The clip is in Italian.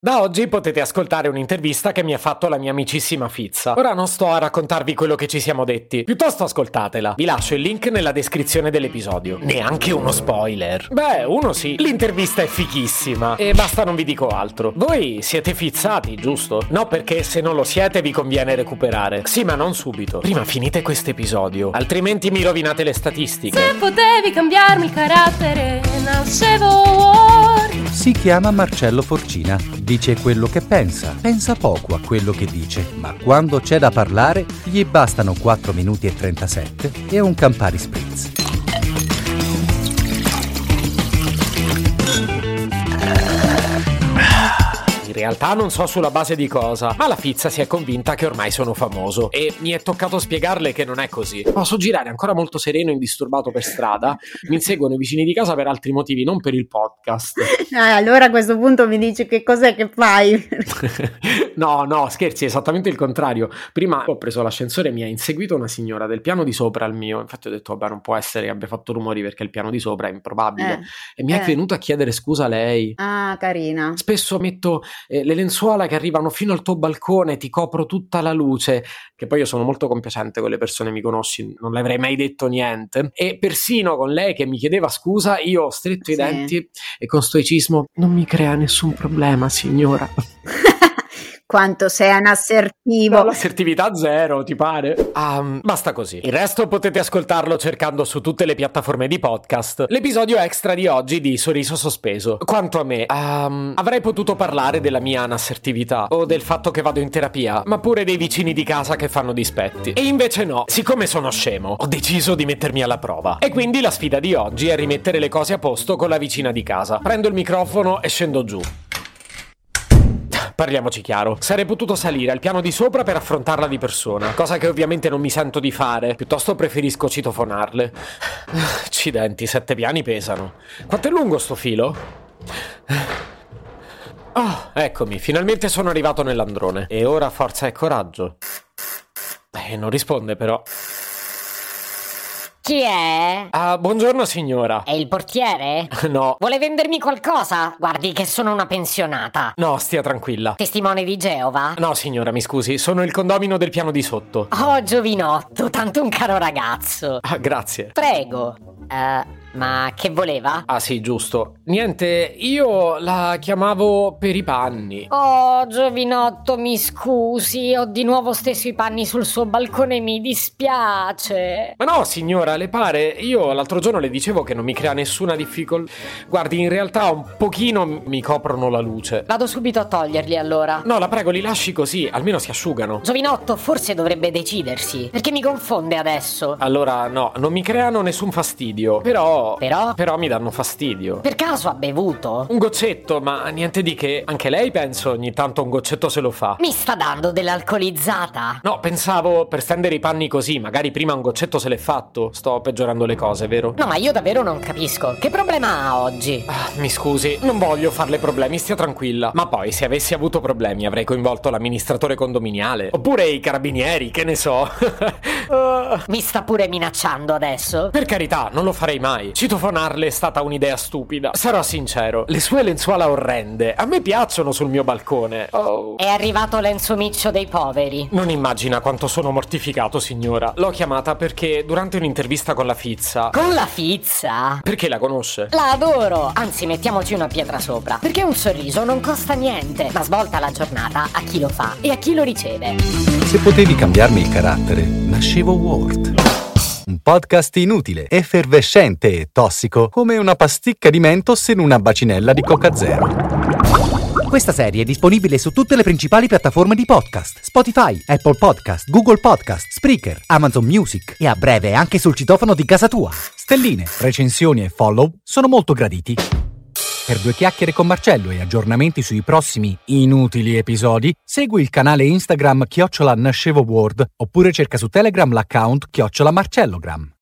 Da oggi potete ascoltare un'intervista che mi ha fatto la mia amicissima Fizza. Ora non sto a raccontarvi quello che ci siamo detti, piuttosto ascoltatela. Vi lascio il link nella descrizione dell'episodio. Neanche uno spoiler. Beh, uno sì. L'intervista è fighissima. E basta, non vi dico altro. Voi siete fizzati, giusto? No, perché se non lo siete vi conviene recuperare. Sì, ma non subito. Prima finite questo episodio, altrimenti mi rovinate le statistiche. Se potevi cambiarmi il carattere, nascevo. Si chiama Marcello Forcina. Dice quello che pensa poco a quello che dice, ma quando c'è da parlare gli bastano 4 minuti e 37 e un Campari Spritz. In realtà non so sulla base di cosa, ma la Fizza si è convinta che ormai sono famoso e mi è toccato spiegarle che non è così. Posso girare ancora molto sereno e indisturbato per strada, mi inseguono i vicini di casa per altri motivi, non per il podcast. Allora a questo punto mi dici che cos'è che fai? No, scherzi, esattamente il contrario. Prima ho preso l'ascensore e mi ha inseguito una signora del piano di sopra al mio. Infatti ho detto, vabbè, non può essere che abbia fatto rumori perché il piano di sopra è improbabile. E mi è venuta a chiedere scusa lei. Ah, carina. Spesso metto le lenzuola che arrivano fino al tuo balcone, ti copro tutta la luce, che poi io sono molto compiacente con le persone, mi conosci, non le avrei mai detto niente. E persino con lei che mi chiedeva scusa, io ho stretto i denti e con stoicismo, non mi crea nessun problema, signora. Quanto sei un'assertivo. No, l'assertività zero, ti pare? Basta così. Il resto potete ascoltarlo cercando su tutte le piattaforme di podcast l'episodio extra di oggi di Sorriso Sospeso. Quanto a me, avrei potuto parlare della mia anassertività o del fatto che vado in terapia, ma pure dei vicini di casa che fanno dispetti. E invece no, siccome sono scemo, ho deciso di mettermi alla prova. E quindi la sfida di oggi è rimettere le cose a posto con la vicina di casa. Prendo il microfono e scendo giù. Parliamoci chiaro, sarei potuto salire al piano di sopra per affrontarla di persona, cosa che ovviamente non mi sento di fare, piuttosto preferisco citofonarle. Accidenti, 7 piani pesano. Quanto è lungo sto filo? Oh, eccomi, finalmente sono arrivato nell'androne. E ora forza e coraggio. Non risponde però. Chi è? Buongiorno signora. È il portiere? No. Vuole vendermi qualcosa? Guardi che sono una pensionata. No, stia tranquilla. Testimone di Geova? No signora, mi scusi, sono il condomino del piano di sotto. Oh, giovinotto, tanto un caro ragazzo. Grazie. Prego. Ma che voleva? Sì, giusto. Niente, io la chiamavo per i panni. Oh, giovinotto, mi scusi, ho di nuovo steso i panni sul suo balcone, mi dispiace. Ma no, signora, le pare? Io l'altro giorno le dicevo che non mi crea nessuna difficoltà. Guardi, in realtà un pochino mi coprono la luce. Vado subito a toglierli allora. No, la prego, li lasci così, almeno si asciugano. Giovinotto, forse dovrebbe decidersi, perché mi confonde adesso. Allora, no, non mi creano nessun fastidio, Però mi danno fastidio. Per caso ha bevuto? Un goccetto, ma niente di che. Anche lei, penso, ogni tanto un goccetto se lo fa. Mi sta dando dell'alcolizzata? No, pensavo per stendere i panni così, magari prima un goccetto se l'è fatto. Sto peggiorando le cose, vero? No, ma io davvero non capisco. Che problema ha oggi? Mi scusi, non voglio farle problemi, stia tranquilla. Ma poi, se avessi avuto problemi, avrei coinvolto l'amministratore condominiale. Oppure i carabinieri, che ne so. Mi sta pure minacciando adesso? Per carità, non lo farei mai. Citofonarle è stata un'idea stupida. Sarò sincero, le sue lenzuola orrende a me piacciono sul mio balcone. Oh. È arrivato Lenzo Miccio dei poveri. Non immagina quanto sono mortificato, signora. L'ho chiamata perché durante un'intervista con la Fizza. Con la Fizza? Perché la conosce? La adoro. Anzi, mettiamoci una pietra sopra. Perché un sorriso non costa niente, ma svolta la giornata a chi lo fa e a chi lo riceve. Se potevi cambiarmi il carattere, nascevo Word. Un podcast inutile, effervescente e tossico, come una pasticca di Mentos in una bacinella di Coca Zero. Questa serie è disponibile su tutte le principali piattaforme di podcast: Spotify, Apple Podcast, Google Podcast, Spreaker, Amazon Music e a breve anche sul citofono di casa tua. Stelline, recensioni e follow sono molto graditi. Per 2 chiacchiere con Marcello e aggiornamenti sui prossimi inutili episodi, segui il canale Instagram @NascevoWord oppure cerca su Telegram l'account @Marcellogram.